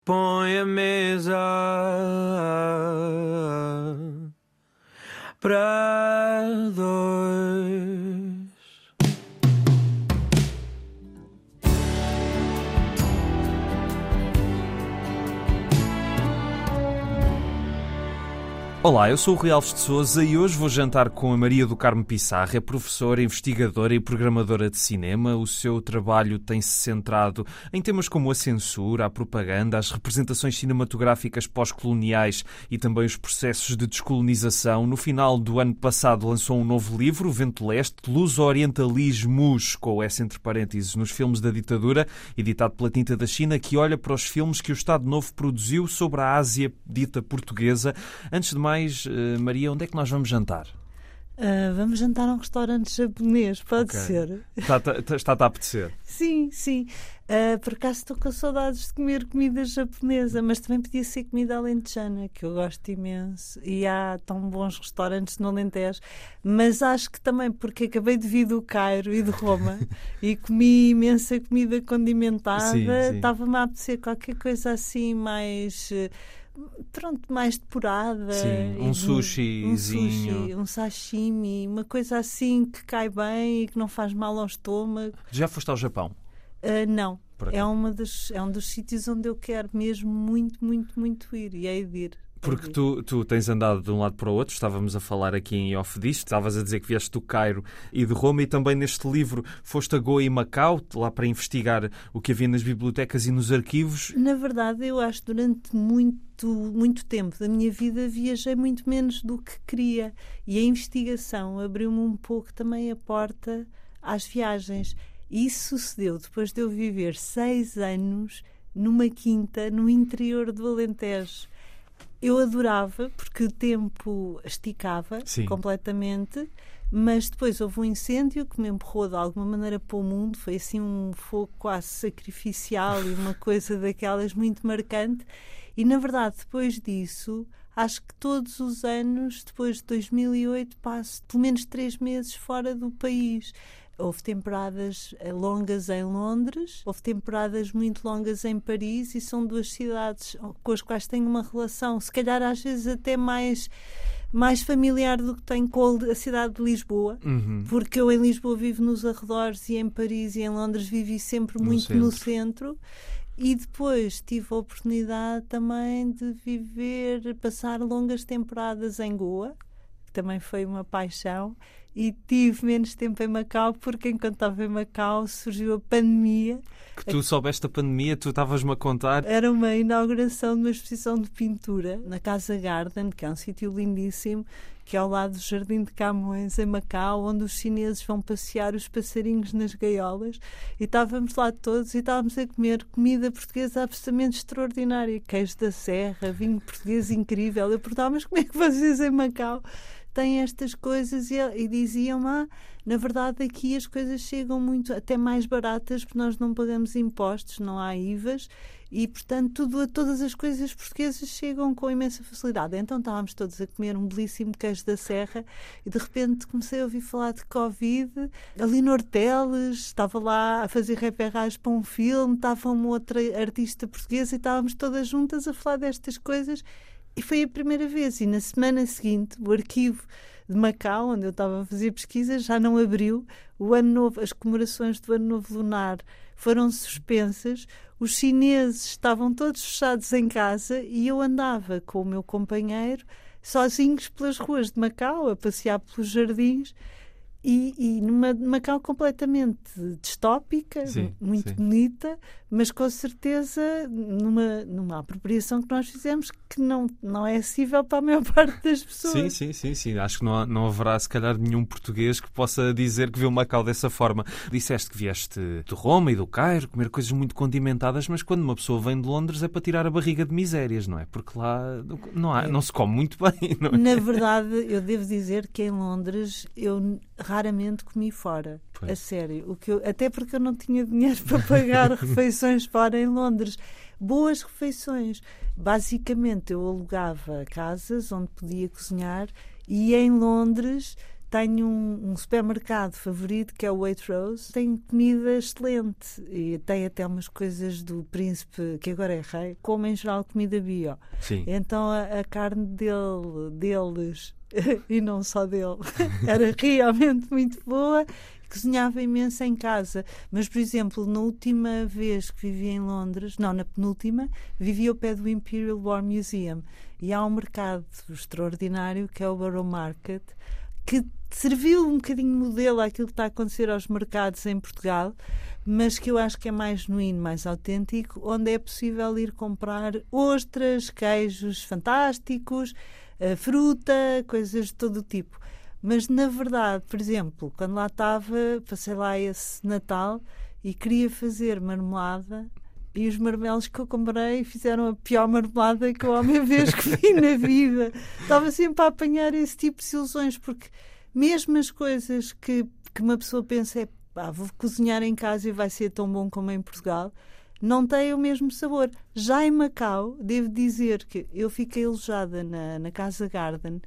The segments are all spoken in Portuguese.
põe a mesa para dois. Olá, eu sou o Rui Alves de Sousa e hoje vou jantar com a Maria do Carmo Pissarra, é professora, investigadora e programadora de cinema. O seu trabalho tem-se centrado em temas como a censura, a propaganda, as representações cinematográficas pós-coloniais e também os processos de descolonização. No final do ano passado lançou um novo livro, O Vento Leste, Luso-Orientalismos, com o S entre parênteses, nos filmes da ditadura, editado pela Tinta da China, que olha para os filmes que o Estado Novo produziu sobre a Ásia dita portuguesa. Antes de mais, Maria, onde é que nós vamos jantar? Vamos jantar a um restaurante japonês, pode ser. Está-te a apetecer? Sim. Por acaso estou com saudades de comer comida japonesa, mas também podia ser comida alentejana, que eu gosto imenso. E há tão bons restaurantes no Alentejo. Mas acho que também, porque acabei de vir do Cairo e de Roma e comi imensa comida condimentada, estava-me a apetecer qualquer coisa assim mais... mais depurada. Sim, um sushizinho. Um sashimi, uma coisa assim que cai bem e que não faz mal ao estômago. Já foste ao Japão? Não. É um dos sítios onde eu quero mesmo muito ir. E hei de ir. Porque tu tens andado de um lado para o outro, estávamos a falar aqui em off disto, estavas a dizer que vieste do Cairo e de Roma, e também neste livro foste a Goa e Macau, lá para investigar o que havia nas bibliotecas e nos arquivos. Na verdade, eu acho que durante muito tempo da minha vida viajei muito menos do que queria, e a investigação abriu-me um pouco também a porta às viagens. E isso sucedeu depois de eu viver 6 anos numa quinta no interior do Alentejo. Eu adorava, porque o tempo esticava completamente, mas depois houve um incêndio que me empurrou de alguma maneira para o mundo. Foi assim um fogo quase sacrificial e uma coisa daquelas muito marcante. E, na verdade, depois disso, acho que todos os anos, depois de 2008, passo pelo menos 3 meses fora do país. Houve temporadas longas em Londres, houve temporadas muito longas em Paris, e são 2 cidades com as quais tenho uma relação, se calhar às vezes até mais familiar do que tenho com a cidade de Lisboa, porque eu em Lisboa vivo nos arredores e em Paris e em Londres vivi sempre muito no centro. E depois tive a oportunidade também de passar longas temporadas em Goa, que também foi uma paixão. E tive menos tempo em Macau, porque enquanto estava em Macau surgiu a pandemia. Que tu soubeste a pandemia, tu estavas-me a contar. Era uma inauguração de uma exposição de pintura na Casa Garden, que é um sítio lindíssimo, que é ao lado do Jardim de Camões, em Macau, onde os chineses vão passear os passarinhos nas gaiolas. E estávamos lá todos e estávamos a comer comida portuguesa absolutamente extraordinária. Queijo da serra, vinho português incrível. Eu perguntava, mas como é que vocês em Macau têm estas coisas? E diziam-me, na verdade aqui as coisas chegam muito, até mais baratas, porque nós não pagamos impostos, não há IVAs, e portanto todas as coisas portuguesas chegam com imensa facilidade. Então estávamos todos a comer um belíssimo queijo da serra e de repente comecei a ouvir falar de Covid. Ali no Horteles, estava lá a fazer reperrage para um filme, estava uma outra artista portuguesa e estávamos todas juntas a falar destas coisas. E foi a primeira vez, e na semana seguinte o arquivo de Macau, onde eu estava a fazer pesquisa, já não abriu. O Ano Novo, as comemorações do Ano Novo Lunar foram suspensas, os chineses estavam todos fechados em casa e eu andava com o meu companheiro sozinhos pelas ruas de Macau, a passear pelos jardins, e numa Macau completamente distópica, muito bonita, mas com certeza numa apropriação que nós fizemos que não é acessível para a maior parte das pessoas. Sim. Acho que não haverá, se calhar, nenhum português que possa dizer que viu Macau dessa forma. Disseste que vieste de Roma e do Cairo, comer coisas muito condimentadas, mas quando uma pessoa vem de Londres é para tirar a barriga de misérias, não é? Porque lá não se come muito bem, não é? Na verdade, eu devo dizer que em Londres eu raramente comi fora. Pois. A sério. Até porque eu não tinha dinheiro para pagar refeições fora em Londres. Boas refeições. Basicamente, eu alugava casas onde podia cozinhar, e em Londres tenho um supermercado favorito que é o Waitrose. Tem comida excelente e tem até umas coisas do príncipe, que agora é rei, como em geral comida bio. Sim. Então a carne deles e não só dele era realmente muito boa. Cozinhava imenso em casa, mas, por exemplo, na última vez que vivi em Londres, não, na penúltima, vivi ao pé do Imperial War Museum e há um mercado extraordinário que é o Borough Market, que serviu um bocadinho modelo àquilo que está a acontecer aos mercados em Portugal, mas que eu acho que é mais genuíno, mais autêntico, onde é possível ir comprar ostras, queijos fantásticos, fruta, coisas de todo o tipo. Mas, na verdade, por exemplo, quando lá estava, passei lá esse Natal e queria fazer marmelada e os marmelos que eu comprei fizeram a pior marmelada que eu alguma vez que vi na vida. Estava sempre a apanhar esse tipo de ilusões, porque mesmo as coisas que uma pessoa pensa vou cozinhar em casa e vai ser tão bom como em Portugal, não têm o mesmo sabor. Já em Macau, devo dizer que eu fiquei alojada na Casa Garden,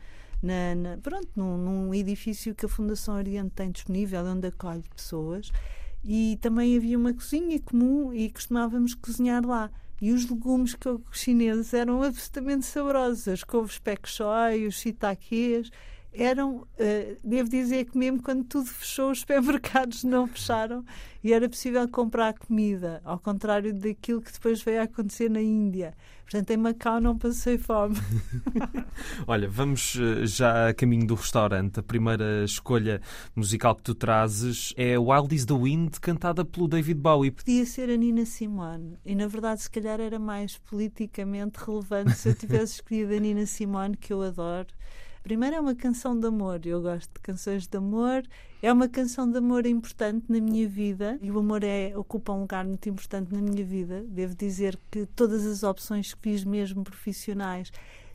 num edifício que a Fundação Oriente tem disponível, onde acolhe pessoas, e também havia uma cozinha comum e costumávamos cozinhar lá. E os legumes chineses eram absolutamente saborosos. As couves pak choi, os shiitakes, eram, devo dizer que mesmo quando tudo fechou, os supermercados não fecharam e era possível comprar comida, ao contrário daquilo que depois veio a acontecer na Índia. Portanto, em Macau não passei fome. Olha, vamos já a caminho do restaurante. A primeira escolha musical que tu trazes é Wild is the Wind, cantada pelo David Bowie. Podia ser a Nina Simone e, na verdade, se calhar era mais politicamente relevante se eu tivesse escolhido a Nina Simone, que eu adoro. Primeiro, é uma canção de amor. Eu gosto de canções de amor. É uma canção de amor importante na minha vida e o amor ocupa um lugar muito importante na minha vida. Devo dizer que todas as opções que fiz, mesmo profissionais,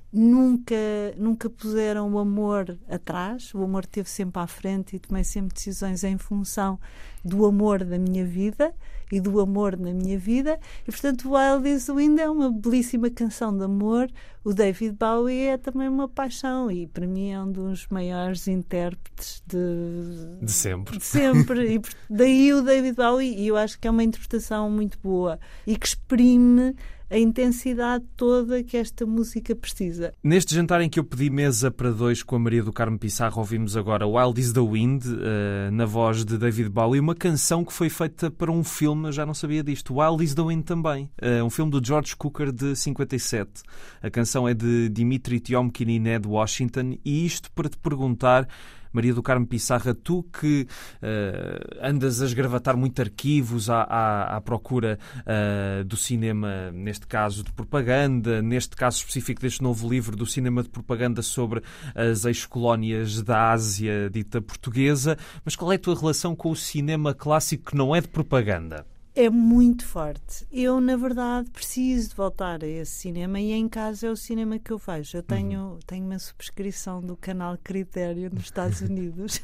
nunca puseram o amor atrás. O amor esteve sempre à frente e tomei sempre decisões em função do amor da minha vida e do amor na minha vida. E, portanto, Wild is the Wind é uma belíssima canção de amor. O David Bowie é também uma paixão e, para mim, é um dos maiores intérpretes de sempre. E daí o David Bowie, e eu acho que é uma interpretação muito boa e que exprime a intensidade toda que esta música precisa. Neste jantar em que eu pedi mesa para dois com a Maria do Carmo Pissarro, ouvimos agora Wild is the Wind, na voz de David Bowie, uma canção que foi feita para um filme, eu já não sabia disto, Wild is the Wind também, um filme do George Cukor de 57. A canção é de Dimitri Tiomkin e Ned Washington, e isto para te perguntar, Maria do Carmo Pissarra, tu que andas a esgravatar muito arquivos à procura do cinema, neste caso de propaganda, neste caso específico deste novo livro do cinema de propaganda sobre as ex-colónias da Ásia dita portuguesa, mas qual é a tua relação com o cinema clássico que não é de propaganda? É muito forte. Eu, na verdade, preciso de voltar a esse cinema e em casa é o cinema que eu vejo. Eu tenho uma subscrição do canal Critério nos Estados Unidos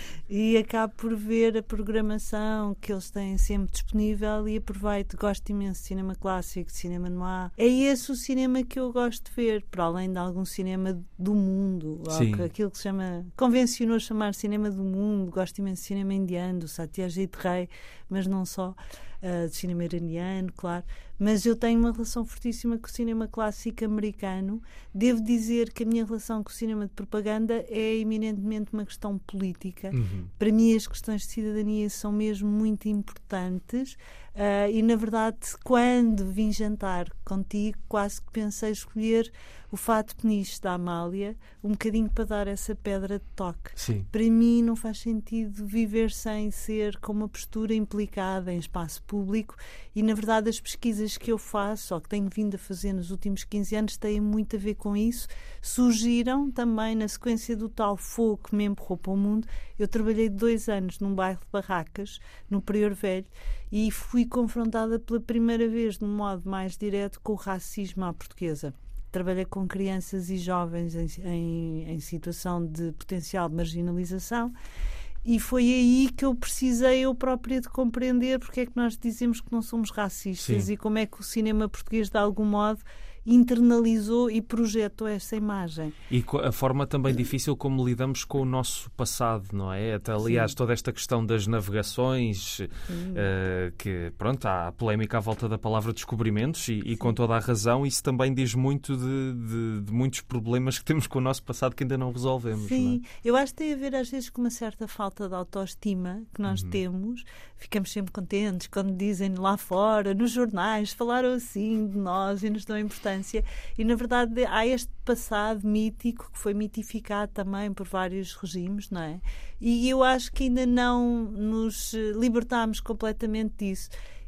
e acabo por ver a programação que eles têm sempre disponível e aproveito. Gosto imenso de cinema clássico, de cinema noir. É esse o cinema que eu gosto de ver, para além de algum cinema do mundo. Aquilo que se chama, convencionou chamar cinema do mundo. Gosto imenso de cinema indiano, do Satyajit Ray, mas não só. De cinema iraniano, claro, mas eu tenho uma relação fortíssima com o cinema clássico americano. Devo dizer que a minha relação com o cinema de propaganda é eminentemente uma questão política. Para mim as questões de cidadania são mesmo muito importantes e, na verdade, quando vim jantar contigo, quase que pensei escolher o Fato Peniche da Amália, um bocadinho para dar essa pedra de toque. Sim. Para mim não faz sentido viver sem ser com uma postura implicada em espaço público e, na verdade, as pesquisas que eu faço, ou que tenho vindo a fazer nos últimos 15 anos, têm muito a ver com isso. Surgiram também na sequência do tal fogo que me empurrou para o mundo. Eu trabalhei 2 anos num bairro de barracas, no Prior Velho, e fui confrontada pela primeira vez, de um modo mais direto, com o racismo à portuguesa. Trabalhei com crianças e jovens em situação de potencial marginalização e foi aí que eu precisei eu própria de compreender porque é que nós dizemos que não somos racistas. Sim. E como é que o cinema português, de algum modo, internalizou e projetou essa imagem. E a forma também difícil como lidamos com o nosso passado, não é? Até, aliás, toda esta questão das navegações, que, pronto, há polémica à volta da palavra descobrimentos e com toda a razão, isso também diz muito de muitos problemas que temos com o nosso passado que ainda não resolvemos. Sim, não é? eu acho que tem a ver às vezes com uma certa falta de autoestima que nós temos. Ficamos sempre contentes quando dizem lá fora, nos jornais, falaram assim de nós e nos dão importância. E, na verdade, há este passado mítico que foi mitificado também por vários regimes, não é? E eu acho que ainda não nos libertámos completamente disso.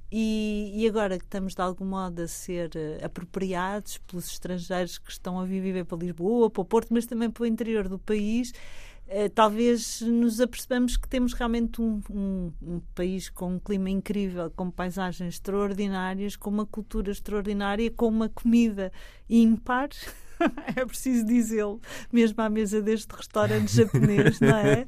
E agora que estamos de algum modo a ser apropriados pelos estrangeiros que estão a viver para Lisboa, para o Porto, mas também para o interior do país, talvez nos apercebamos que temos realmente um país com um clima incrível, com paisagens extraordinárias, com uma cultura extraordinária, com uma comida ímpar. É preciso dizê-lo, mesmo à mesa deste restaurante japonês, não é?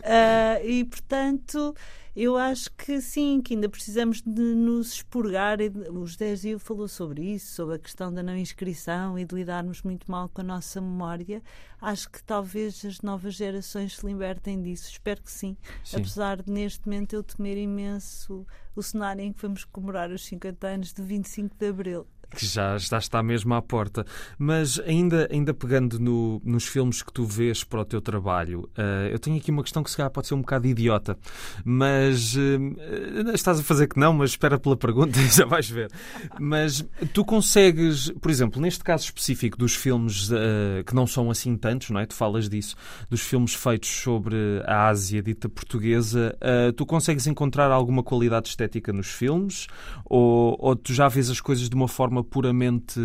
E, portanto, eu acho que sim, que ainda precisamos de nos expurgar. O José Gil falou sobre isso, sobre a questão da não inscrição e de lidarmos muito mal com a nossa memória. Acho que talvez as novas gerações se libertem disso. Espero que sim. Apesar de, neste momento, eu temer imenso o cenário em que vamos comemorar os 50 anos do 25 de Abril. Que já está mesmo à porta. Mas ainda pegando nos filmes que tu vês para o teu trabalho, eu tenho aqui uma questão que se calhar pode ser um bocado idiota, mas estás a fazer que não, mas espera pela pergunta e já vais ver. Mas tu consegues, por exemplo, neste caso específico dos filmes que não são assim tantos, não é? Tu falas disso, dos filmes feitos sobre a Ásia dita portuguesa, tu consegues encontrar alguma qualidade estética nos filmes ou tu já vês as coisas de uma forma puramente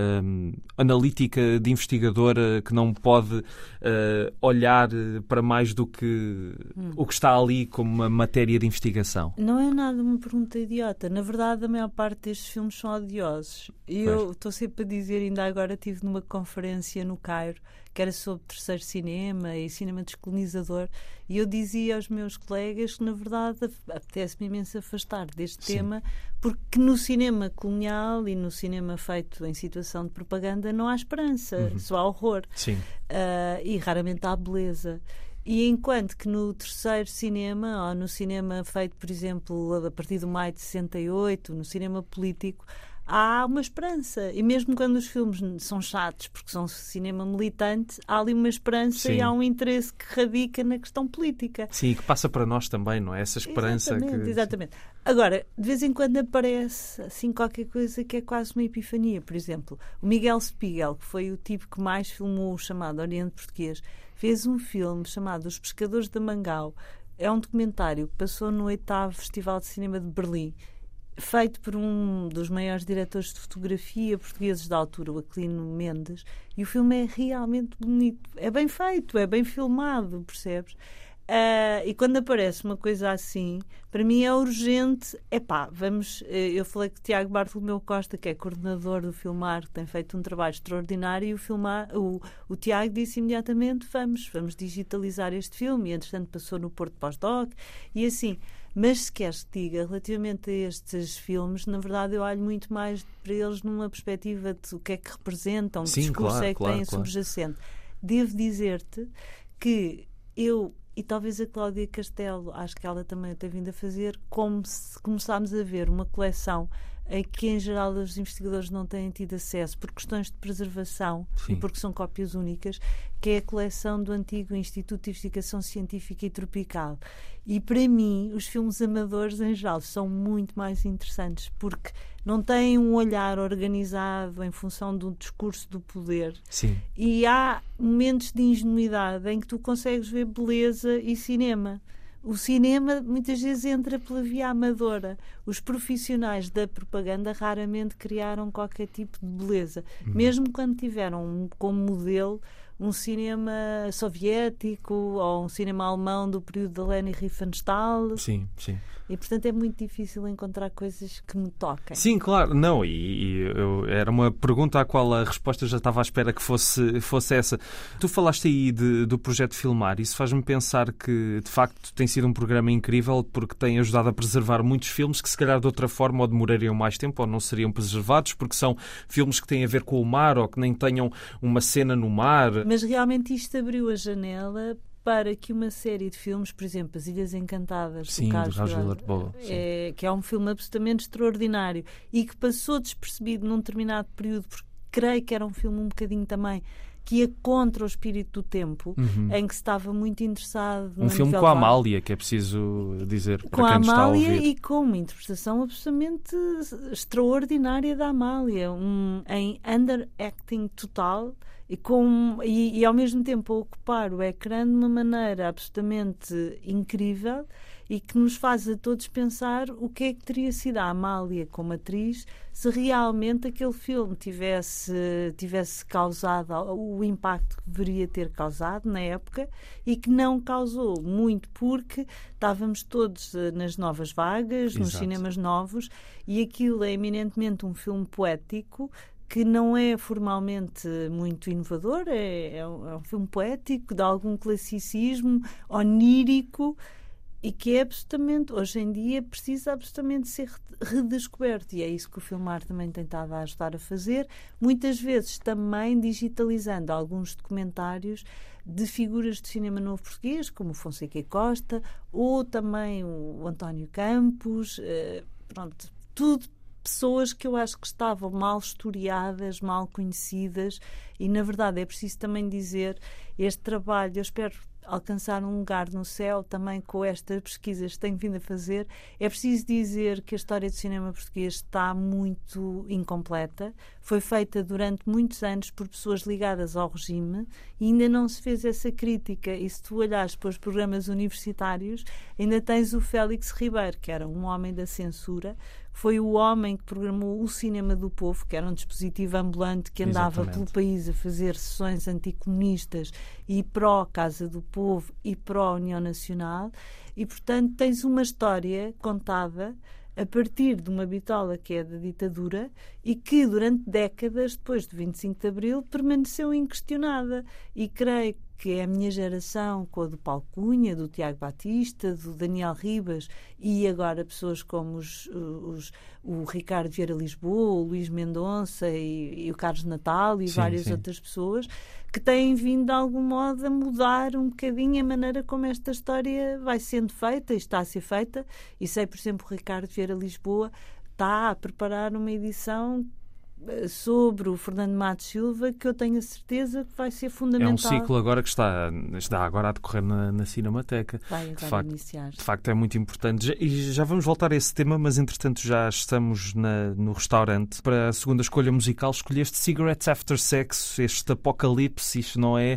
analítica, de investigadora, que não pode olhar para mais do que o que está ali como uma matéria de investigação? Não é nada uma pergunta idiota. Na verdade, a maior parte destes filmes são odiosos. E eu estou sempre a dizer, ainda agora estive numa conferência no Cairo, que era sobre terceiro cinema e cinema descolonizador, e eu dizia aos meus colegas que, na verdade, apetece-me imenso afastar deste tema, porque no cinema colonial e no cinema feito em situação de propaganda não há esperança, só há horror. E raramente há beleza. E enquanto que no terceiro cinema, ou no cinema feito, por exemplo, a partir do maio de 68, no cinema político, há uma esperança. E mesmo quando os filmes são chatos, porque são cinema militante, há ali uma esperança e há um interesse que radica na questão política. Sim, e que passa para nós também, não é? Essa esperança. Exatamente. Agora, de vez em quando aparece assim qualquer coisa que é quase uma epifania. Por exemplo, o Miguel Spiegel, que foi o tipo que mais filmou o chamado Oriente Português, fez um filme chamado Os Pescadores da Mangau. É um documentário que passou no 8º Festival de Cinema de Berlim, feito por um dos maiores diretores de fotografia portugueses da altura, o Aquilino Mendes, e o filme é realmente bonito. É bem feito, é bem filmado, percebes? E quando aparece uma coisa assim, para mim é urgente. Vamos. Eu falei com o Tiago Bartolomeu Costa, que é coordenador do Filmar, que tem feito um trabalho extraordinário, e o Tiago disse imediatamente: vamos digitalizar este filme. E entretanto passou no Porto Pós-Doc, e assim. Mas se queres que diga, relativamente a estes filmes, na verdade eu olho muito mais para eles numa perspectiva de o que é que representam, que discurso é que têm subjacente. Devo dizer-te que eu, e talvez a Cláudia Castelo, acho que ela também tem vindo a fazer, como se começámos a ver uma coleção a que em geral os investigadores não têm tido acesso por questões de preservação e porque são cópias únicas, que é a coleção do antigo Instituto de Investigação Científica e Tropical. E para mim os filmes amadores em geral são muito mais interessantes porque não têm um olhar organizado em função do discurso do poder. E há momentos de ingenuidade em que tu consegues ver beleza e cinema. O cinema muitas vezes entra pela via amadora. Os profissionais da propaganda raramente criaram qualquer tipo de beleza. Mesmo quando tiveram como modelo um cinema soviético ou um cinema alemão do período da Leni Riefenstahl. E, portanto, é muito difícil encontrar coisas que me toquem. Sim, claro. Não, era uma pergunta à qual a resposta já estava à espera que fosse essa. Tu falaste aí do projeto Filmar. Isso faz-me pensar que, de facto, tem sido um programa incrível porque tem ajudado a preservar muitos filmes que, se calhar, de outra forma, ou demorariam mais tempo ou não seriam preservados, porque são filmes que têm a ver com o mar ou que nem tenham uma cena no mar. Mas, realmente, isto abriu a janela para que uma série de filmes, por exemplo, As Ilhas Encantadas, sim, do Carlos Villar de Boa, que é um filme absolutamente extraordinário e que passou despercebido num determinado período, porque creio que era um filme um bocadinho também que ia contra o espírito do tempo, em que se estava muito interessado... Um filme com a Amália, que é preciso dizer para quem nos está a ouvir. Com a Amália e com uma interpretação absolutamente extraordinária da Amália, em underacting total e ao mesmo tempo a ocupar o ecrã de uma maneira absolutamente incrível e que nos faz a todos pensar o que é que teria sido a Amália como atriz se realmente aquele filme tivesse causado o impacto que deveria ter causado na época e que não causou muito porque estávamos todos nas novas vagas, nos cinemas novos, e aquilo é eminentemente um filme poético que não é formalmente muito inovador, é um filme poético, de algum classicismo, onírico, e que é absolutamente, hoje em dia, precisa absolutamente ser redescoberto. E é isso que o Filmar também tem estado a ajudar a fazer, muitas vezes também digitalizando alguns documentários de figuras do cinema novo português, como o Fonseca e Costa, ou também o António Campos, tudo pessoas que eu acho que estavam mal historiadas, mal conhecidas, e na verdade é preciso também dizer, este trabalho, eu espero alcançar um lugar no céu também com estas pesquisas que tenho vindo a fazer. É preciso dizer que a história do cinema português está muito incompleta, foi feita durante muitos anos por pessoas ligadas ao regime e ainda não se fez essa crítica, e se tu olhares para os programas universitários ainda tens o Félix Ribeiro, que era um homem da censura, foi o homem que programou o Cinema do Povo, que era um dispositivo ambulante que andava pelo país a fazer sessões anticomunistas e pró-Casa do Povo e pró-União Nacional, e portanto tens uma história contada a partir de uma bitola que é da ditadura e que durante décadas, depois do 25 de Abril, permaneceu inquestionada, e creio que é a minha geração, com a do Paulo Cunha, do Tiago Batista, do Daniel Ribas, e agora pessoas como o Ricardo Vieira Lisboa, o Luís Mendonça e o Carlos Natal e várias outras pessoas que têm vindo de algum modo a mudar um bocadinho a maneira como esta história vai sendo feita e está a ser feita. E sei, por exemplo, o Ricardo Vieira Lisboa está a preparar uma edição sobre o Fernando Matos Silva, que eu tenho a certeza que vai ser fundamental. É um ciclo agora que está agora a decorrer na Cinemateca. Vai agora iniciar. De facto é muito importante. E já vamos voltar a esse tema, mas entretanto já estamos no restaurante. Para a segunda escolha musical escolheste Cigarettes After Sex, este apocalipse. Isto não é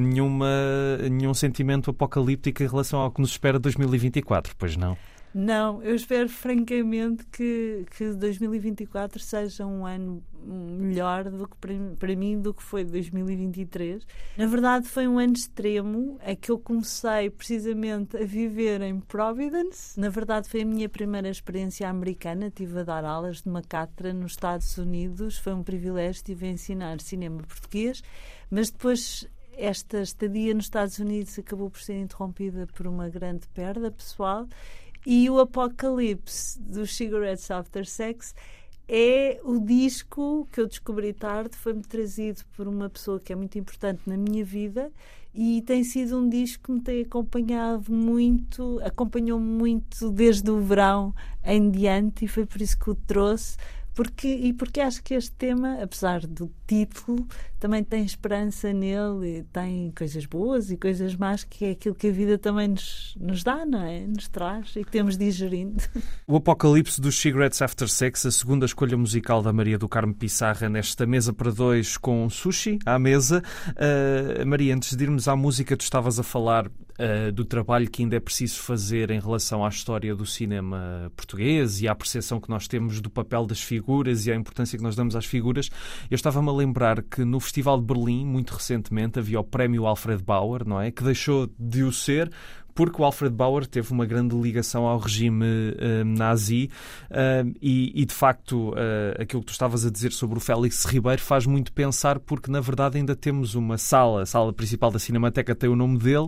nenhum sentimento apocalíptico em relação ao que nos espera 2024, pois não? Não, eu espero francamente que 2024 seja um ano melhor do que para mim do que foi 2023. Na verdade foi um ano extremo, é que eu comecei precisamente a viver em Providence. Na verdade foi a minha primeira experiência americana, estive a dar aulas de uma cátedra nos Estados Unidos, foi um privilégio, estive a ensinar cinema português, mas depois esta estadia nos Estados Unidos acabou por ser interrompida por uma grande perda pessoal. E o Apocalipse dos Cigarettes After Sex é o disco que eu descobri tarde, foi-me trazido por uma pessoa que é muito importante na minha vida e tem sido um disco que me tem acompanhou-me muito desde o verão em diante, e foi por isso que o trouxe. Porque acho que este tema, apesar do título, também tem esperança nele, e tem coisas boas e coisas más, que é aquilo que a vida também nos dá, não é? Nos traz e que temos digerindo. O Apocalipse dos Cigarettes After Sex, a segunda escolha musical da Maria do Carmo Pissarra nesta mesa para dois com sushi à mesa. Maria, antes de irmos à música, tu estavas a falar do trabalho que ainda é preciso fazer em relação à história do cinema português e à percepção que nós temos do papel das figuras e à importância que nós damos às figuras. Eu estava-me a lembrar que no Festival de Berlim, muito recentemente, havia o prémio Alfred Bauer, não é? Que deixou de o ser porque o Alfred Bauer teve uma grande ligação ao regime nazi e, de facto, aquilo que tu estavas a dizer sobre o Félix Ribeiro faz muito pensar, porque, na verdade, ainda temos uma sala, a sala principal da Cinemateca tem o nome dele.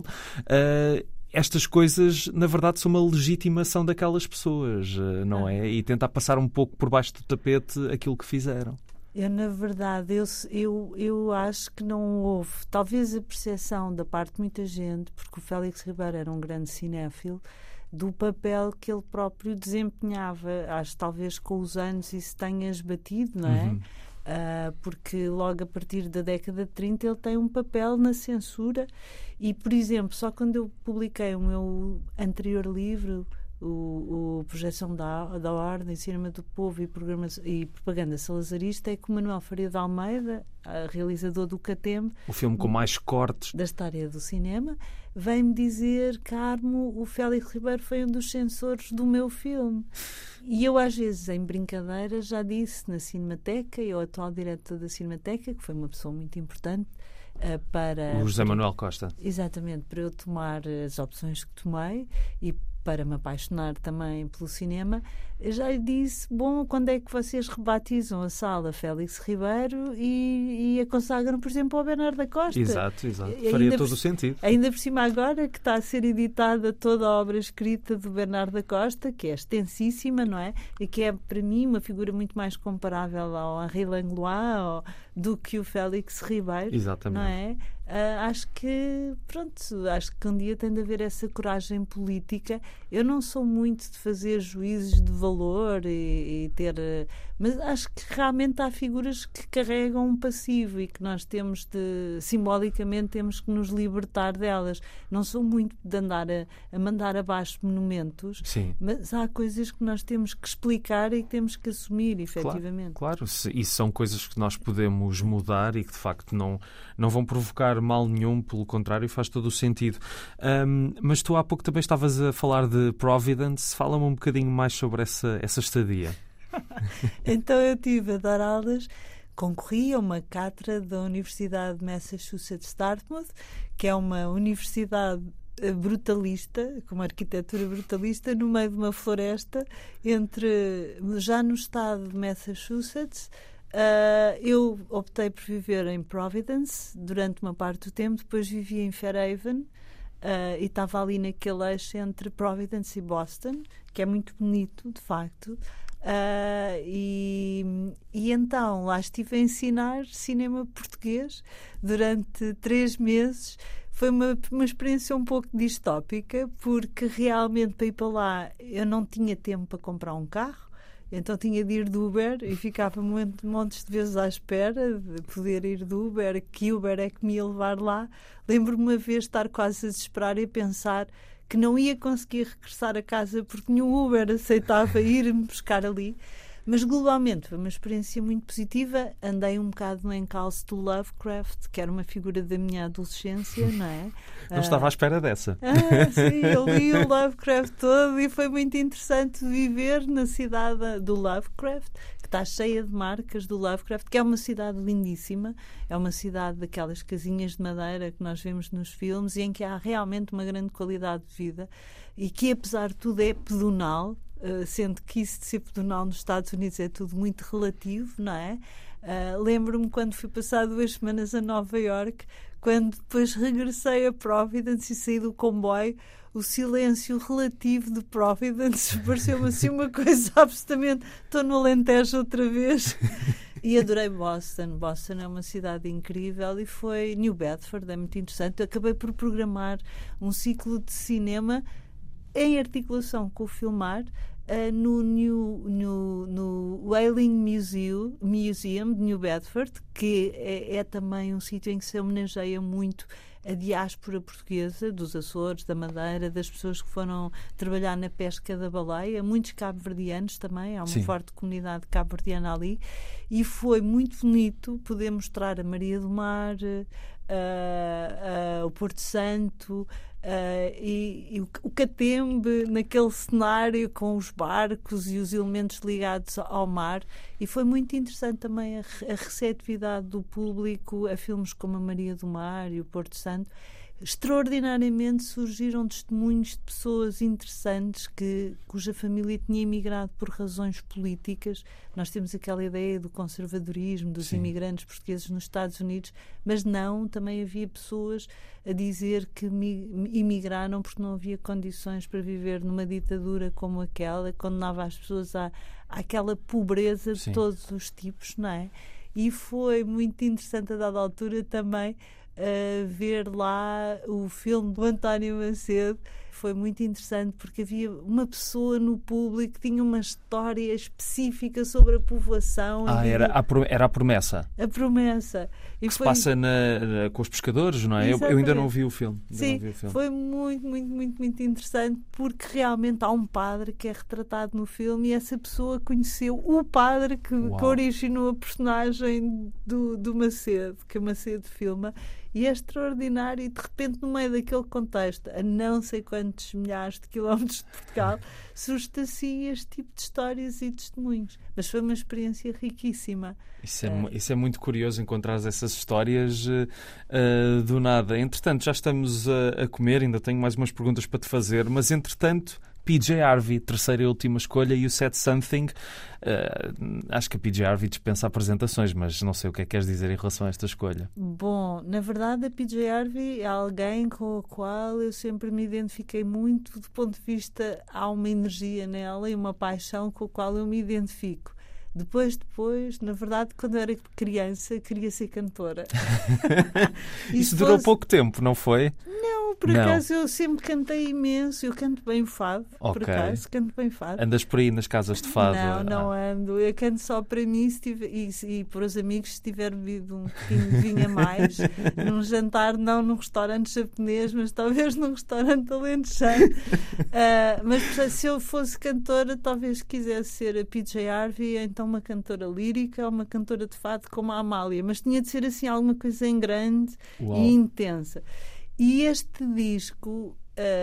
Estas coisas, na verdade, são uma legitimação daquelas pessoas, não é? E tentar passar um pouco por baixo do tapete aquilo que fizeram. Na verdade, eu acho que não houve, talvez a percepção da parte de muita gente, porque o Félix Ribeiro era um grande cinéfilo, do papel que ele próprio desempenhava. Acho que talvez com os anos isso tenha esbatido, não é? Porque logo a partir da década de 30 ele tem um papel na censura e, por exemplo, só quando eu publiquei o meu anterior livro, o Projeção da Ordem, Cinema do Povo e Propaganda Salazarista, é que o Manuel Faria de Almeida, realizador do Catembe, o filme com mais cortes da história do cinema, vem-me dizer: Carmo, o Félix Ribeiro foi um dos censores do meu filme. E eu, às vezes, em brincadeira, já disse na Cinemateca, e o atual diretor da Cinemateca, que foi uma pessoa muito importante para... O José Manuel Costa. Exatamente, para eu tomar as opções que tomei e para me apaixonar também pelo cinema, eu já lhe disse: bom, quando é que vocês rebatizam a sala Félix Ribeiro e a consagram, por exemplo, ao Bernardo da Costa? Exato. Faria todo o sentido. Ainda por cima agora que está a ser editada toda a obra escrita do Bernardo da Costa, que é extensíssima, não é? E que é, para mim, uma figura muito mais comparável ao Henri Langlois do que o Félix Ribeiro. Exatamente. Não é? Acho que um dia tem de haver essa coragem política. Eu não sou muito de fazer juízes de valor e ter... Mas acho que realmente há figuras que carregam um passivo e que nós temos de... Simbolicamente temos que nos libertar delas. Não sou muito de andar a mandar abaixo monumentos. Sim. Mas há coisas que nós temos que explicar e que temos que assumir, efetivamente. Claro. Isso são coisas que nós podemos mudar e que, de facto, não vão provocar mal nenhum, pelo contrário, faz todo o sentido. Mas tu há pouco também estavas a falar de Providence. Fala-me um bocadinho mais sobre essa estadia. Então eu estive a dar aulas, concorri a uma cátedra da Universidade de Massachusetts Dartmouth, que é uma universidade brutalista, com uma arquitetura brutalista, no meio de uma floresta, já no estado de Massachusetts. Eu optei por viver em Providence durante uma parte do tempo, depois vivi em Fairhaven e estava ali naquele eixo entre Providence e Boston, que é muito bonito, de facto. E então lá estive a ensinar cinema português durante 3 meses. Foi uma experiência um pouco distópica, porque realmente para ir para lá eu não tinha tempo para comprar um carro. Então tinha de ir de Uber e ficava montes de vezes à espera de poder ir de Uber, que Uber é que me ia levar lá. Lembro-me uma vez estar quase a desesperar e a pensar que não ia conseguir regressar a casa porque nenhum Uber aceitava ir-me buscar ali. Mas globalmente foi uma experiência muito positiva. Andei um bocado no encalço do Lovecraft, que era uma figura da minha adolescência, não é? Não estava à espera dessa. Sim, eu li o Lovecraft todo e foi muito interessante viver na cidade do Lovecraft, que está cheia de marcas do Lovecraft, que é uma cidade lindíssima. É uma cidade daquelas casinhas de madeira que nós vemos nos filmes e em que há realmente uma grande qualidade de vida e que, apesar de tudo, é pedonal. Sendo que isso de ser pedonal nos Estados Unidos é tudo muito relativo, não é? Lembro-me quando fui passar 2 semanas a Nova Iorque, quando depois regressei a Providence e saí do comboio, o silêncio relativo de Providence pareceu-me assim uma coisa absolutamente... Estou no Alentejo outra vez. E adorei Boston. Boston é uma cidade incrível e foi... New Bedford é muito interessante. Eu acabei por programar um ciclo de cinema em articulação com o Filmar, no Whaling Museum de New Bedford, que é também um sítio em que se homenageia muito a diáspora portuguesa dos Açores, da Madeira, das pessoas que foram trabalhar na pesca da baleia, muitos cabo-verdianos também, há uma forte comunidade cabo-verdiana ali, e foi muito bonito poder mostrar a Maria do Mar, o Porto Santo, e o Catembe naquele cenário com os barcos e os elementos ligados ao mar, e foi muito interessante também a receptividade do público a filmes como a Maria do Mar e o Porto Santo. extraordinariamente surgiram testemunhos de pessoas interessantes cuja família tinha emigrado por razões políticas. Nós temos aquela ideia do conservadorismo, dos imigrantes portugueses nos Estados Unidos, mas não, também havia pessoas a dizer que emigraram porque não havia condições para viver numa ditadura como aquela, condenava as pessoas àquela pobreza de todos os tipos, não é? E foi muito interessante a dada altura também ver lá o filme do António Macedo. Foi muito interessante porque havia uma pessoa no público que tinha uma história específica sobre a povoação. Era a Promessa. A Promessa. E que se passa com os pescadores, não é? Eu ainda não vi o filme. Sim, foi muito, muito, muito, muito interessante porque realmente há um padre que é retratado no filme e essa pessoa conheceu o padre que originou a personagem do Macedo, que o Macedo filma. E é extraordinário, e de repente, no meio daquele contexto, a não sei quantos milhares de quilómetros de Portugal, surge assim este tipo de histórias e testemunhos. Mas foi uma experiência riquíssima. Isso é muito curioso, encontrar essas histórias do nada. Entretanto, já estamos a comer, ainda tenho mais umas perguntas para te fazer, mas entretanto, PJ Harvey, terceira e última escolha, You Said Something. Acho que a PJ Harvey dispensa apresentações, mas não sei o que é que queres dizer em relação a esta escolha. Bom, na verdade a PJ Harvey é alguém com a qual eu sempre me identifiquei muito do ponto de vista, há uma energia nela e uma paixão com a qual eu me identifico. Depois, na verdade, quando eu era criança, queria ser cantora. Isso durou pouco tempo, não foi? Não, por acaso eu sempre cantei imenso. Eu canto bem fado, por acaso, canto bem fado. Andas por aí nas casas de fado? Não ando. Eu canto só para mim e para os amigos se tiver bebido um pouquinho de vinho a mais. Num jantar, não num restaurante japonês, mas talvez num restaurante alentejano. Mas se eu fosse cantora, talvez quisesse ser a PJ Harvey, então uma cantora lírica ou uma cantora de fado como a Amália, mas tinha de ser assim alguma coisa em grande e intensa. E este disco,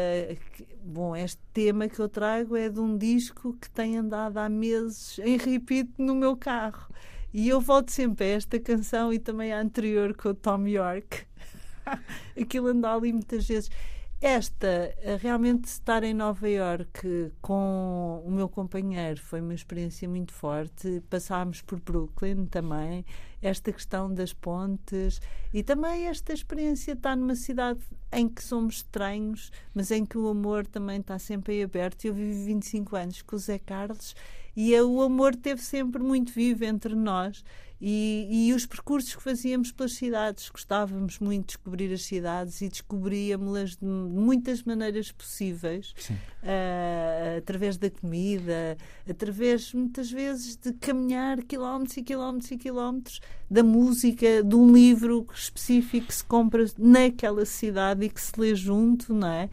este tema que eu trago é de um disco que tem andado há meses em repeat no meu carro. E eu volto sempre a esta canção e também à anterior com o Tom York. Aquilo anda ali muitas vezes. Realmente estar em Nova Iorque com o meu companheiro foi uma experiência muito forte. Passámos por Brooklyn também, esta questão das pontes e também esta experiência de estar numa cidade em que somos estranhos, mas em que o amor também está sempre aí aberto. Eu vivi 25 anos com o Zé Carlos e o amor esteve sempre muito vivo entre nós. E os percursos que fazíamos pelas cidades, gostávamos muito de descobrir as cidades e descobríamos-las de muitas maneiras possíveis, através da comida, através muitas vezes de caminhar quilómetros e quilómetros e quilómetros, da música, de um livro específico que se compra naquela cidade e que se lê junto, não é?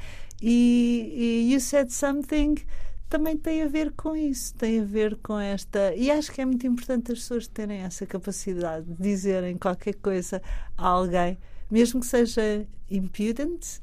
E You Said Something também tem a ver com isso, tem a ver com esta... E acho que é muito importante as pessoas terem essa capacidade de dizerem qualquer coisa a alguém, mesmo que seja impudent.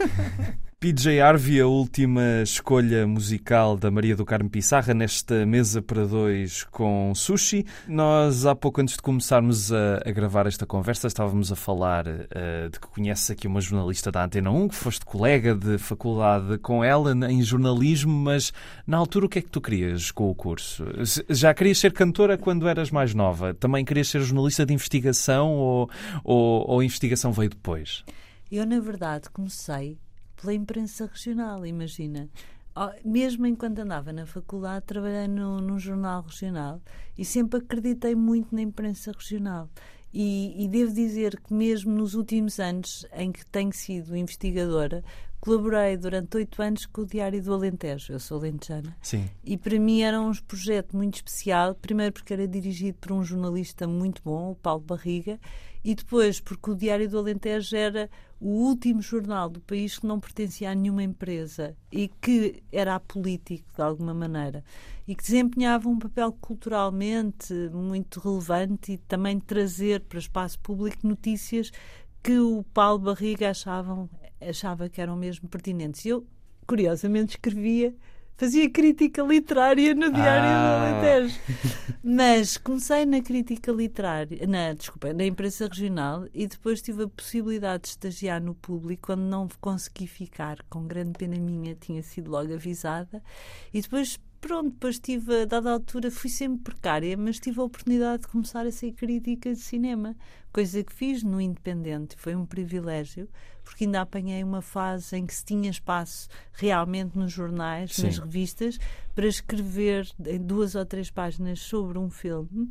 PJ Harvey, a última escolha musical da Maria do Carmo Pissarra nesta mesa para dois com sushi. Nós, há pouco antes de começarmos a gravar esta conversa, estávamos a falar de que conheces aqui uma jornalista da Antena 1, que foste colega de faculdade com ela em jornalismo, mas na altura o que é que tu querias com o curso? Já querias ser cantora quando eras mais nova? Também querias ser jornalista de investigação ou a investigação veio depois? Eu, na verdade, comecei pela imprensa regional, imagina. Mesmo enquanto andava na faculdade, trabalhei num jornal regional e sempre acreditei muito na imprensa regional. E devo dizer que mesmo nos últimos anos em que tenho sido investigadora, colaborei durante 8 anos com o Diário do Alentejo. Eu sou alentejana. Sim. E para mim era um projeto muito especial, primeiro porque era dirigido por um jornalista muito bom, o Paulo Barriga, e depois porque o Diário do Alentejo era o último jornal do país que não pertencia a nenhuma empresa e que era apolítico de alguma maneira e que desempenhava um papel culturalmente muito relevante e também trazer para o espaço público notícias que o Paulo Barriga achava que eram mesmo pertinentes. Eu, curiosamente, escrevia Fazia crítica literária no Diário do Alentejo. Mas comecei na crítica literária, na imprensa regional, e depois tive a possibilidade de estagiar no Público, quando não consegui ficar, com grande pena minha, tinha sido logo avisada. E depois, depois tive, a dada altura, fui sempre precária, mas tive a oportunidade de começar a ser crítica de cinema, coisa que fiz no Independente. Foi um privilégio, porque ainda apanhei uma fase em que se tinha espaço realmente nos jornais, Sim. nas revistas, para escrever em 2 ou 3 páginas sobre um filme.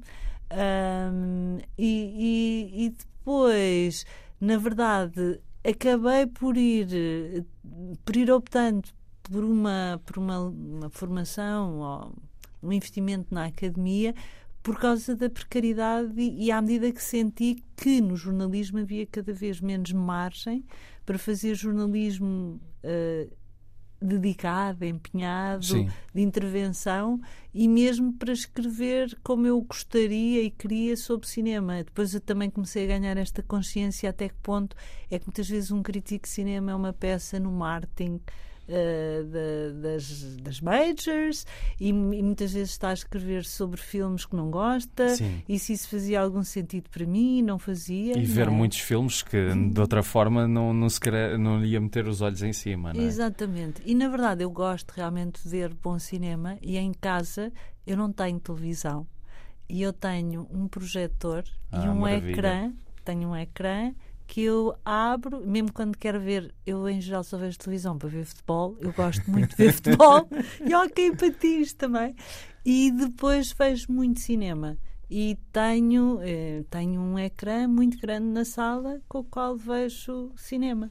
E depois, na verdade, acabei por ir optando por uma formação ou um investimento na academia, por causa da precariedade e à medida que senti que no jornalismo havia cada vez menos margem para fazer jornalismo dedicado, empenhado, Sim. de intervenção, e mesmo para escrever como eu gostaria e queria sobre cinema. Depois eu também comecei a ganhar esta consciência até que ponto é que muitas vezes um crítico de cinema é uma peça no marketing das majors, e muitas vezes está a escrever sobre filmes que não gosta. Sim. E se isso fazia algum sentido para mim, não fazia. E ver não é? muitos filmes que de outra forma não ia meter os olhos em cima, não é? Exatamente. E na verdade eu gosto realmente de ver bom cinema, e em casa eu não tenho televisão e eu tenho um projetor e um maravilha. ecrã. Tenho um ecrã que eu abro, mesmo quando quero ver. Eu em geral só vejo televisão para ver futebol, eu gosto muito de ver futebol, e ok, patins também, e depois vejo muito cinema, e tenho um ecrã muito grande na sala com o qual vejo cinema.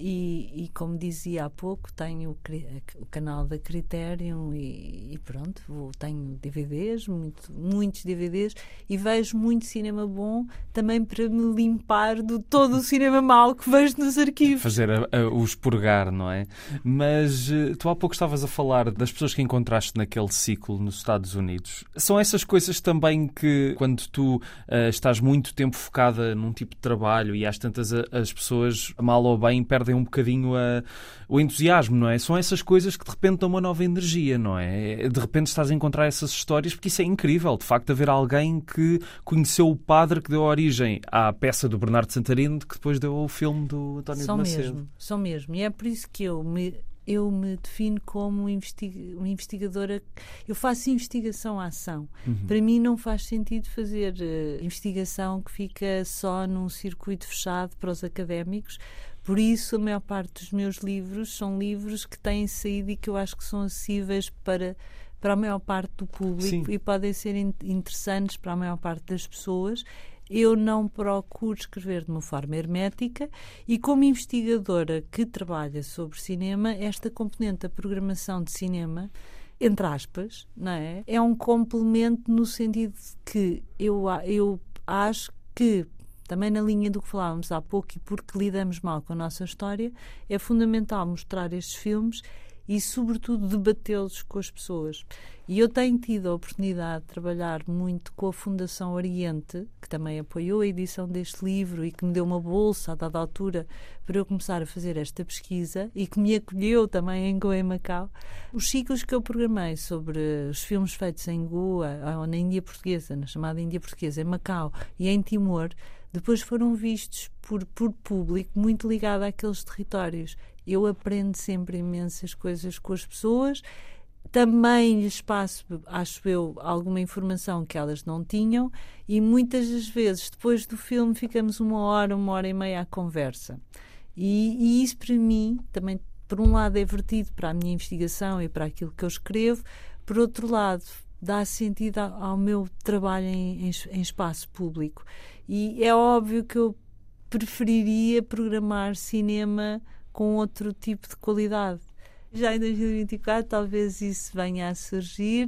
E como dizia há pouco, tenho o canal da Criterion e pronto, tenho DVDs, muitos DVDs, e vejo muito cinema bom também para me limpar de todo o cinema mau que vejo nos arquivos. Fazer o expurgar, não é? Mas tu há pouco estavas a falar das pessoas que encontraste naquele ciclo nos Estados Unidos. São essas coisas também que, quando tu estás muito tempo focada num tipo de trabalho e às tantas as pessoas, mal ou bem, perdem um bocadinho o entusiasmo, não é? São essas coisas que de repente dão uma nova energia, não é? De repente estás a encontrar essas histórias, porque isso é incrível, de facto, haver alguém que conheceu o padre que deu origem à peça do Bernardo Santarino, que depois deu o filme do António de Macedo. São mesmo. E é por isso que eu me defino como investigadora. Eu faço investigação-ação. Para mim não faz sentido fazer investigação que fica só num circuito fechado para os académicos. Por isso, a maior parte dos meus livros são livros que têm saído e que eu acho que são acessíveis para a maior parte do público. Sim. E podem ser interessantes para a maior parte das pessoas. Eu não procuro escrever de uma forma hermética, e como investigadora que trabalha sobre cinema, esta componente da programação de cinema, entre aspas, não é? É um complemento no sentido de que eu acho que, também na linha do que falávamos há pouco, e porque lidamos mal com a nossa história, é fundamental mostrar estes filmes e, sobretudo, debatê-los com as pessoas. E eu tenho tido a oportunidade de trabalhar muito com a Fundação Oriente, que também apoiou a edição deste livro e que me deu uma bolsa a dada altura para eu começar a fazer esta pesquisa, e que me acolheu também em Goa e Macau. Os ciclos que eu programei sobre os filmes feitos em Goa, ou na Índia Portuguesa, na chamada Índia Portuguesa, em Macau e em Timor, depois foram vistos por público muito ligado àqueles territórios. Eu aprendo sempre imensas coisas com as pessoas. Também lhes passo, acho eu, alguma informação que elas não tinham, e muitas das vezes, depois do filme, ficamos uma hora e meia à conversa. E isso, para mim, também, por um lado, é vertido para a minha investigação e para aquilo que eu escrevo, por outro lado, dá sentido ao meu trabalho em espaço público. E é óbvio que eu preferiria programar cinema com outro tipo de qualidade. Já em 2024 talvez isso venha a surgir,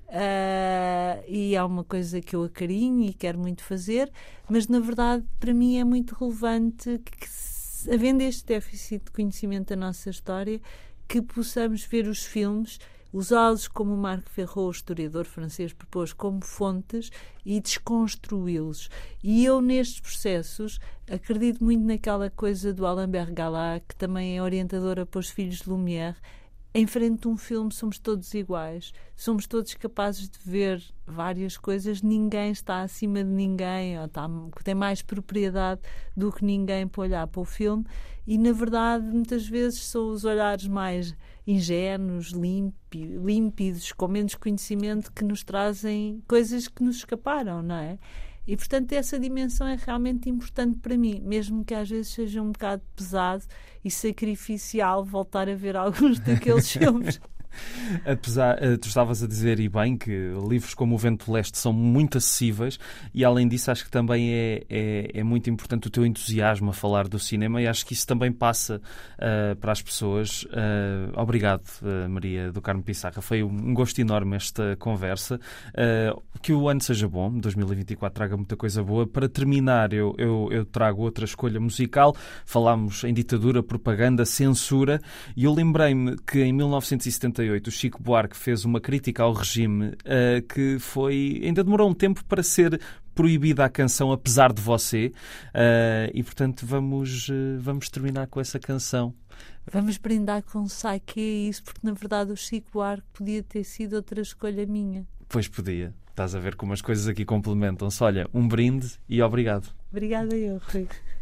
e é uma coisa que eu acarinho e quero muito fazer, mas na verdade para mim é muito relevante que, havendo este déficit de conhecimento da nossa história, que possamos ver os filmes, usá-los, como o Marc Ferraud, historiador francês, propôs, como fontes, e desconstruí-los. E eu, nestes processos, acredito muito naquela coisa do Alain Bergalat, que também é orientadora para os filhos de Lumière. em frente a um filme somos todos iguais, somos todos capazes de ver várias coisas, ninguém está acima de ninguém, ou tem mais propriedade do que ninguém para olhar para o filme, e na verdade muitas vezes são os olhares mais ingênuos, límpidos, com menos conhecimento, que nos trazem coisas que nos escaparam, não é? E, portanto, essa dimensão é realmente importante para mim, mesmo que às vezes seja um bocado pesado e sacrificial voltar a ver alguns daqueles filmes. Apesar, tu estavas a dizer, e bem, que livros como O Vento do Leste são muito acessíveis, e além disso acho que também é muito importante o teu entusiasmo a falar do cinema, e acho que isso também passa para as pessoas. Obrigado, Maria do Carmo Pissarra, foi um gosto enorme esta conversa. Que o ano seja bom, 2024 traga muita coisa boa. Para terminar, eu trago outra escolha musical. Falámos em ditadura, propaganda, censura, e eu lembrei-me que em 1978 o Chico Buarque fez uma crítica ao regime que ainda demorou um tempo para ser proibida a canção Apesar de Você, e portanto vamos terminar com essa canção. Vamos brindar com Sai que é isso, porque na verdade o Chico Buarque podia ter sido outra escolha minha. Pois podia. Estás a ver como as coisas aqui complementam-se. Olha, um brinde e obrigado. Obrigada eu, Rui.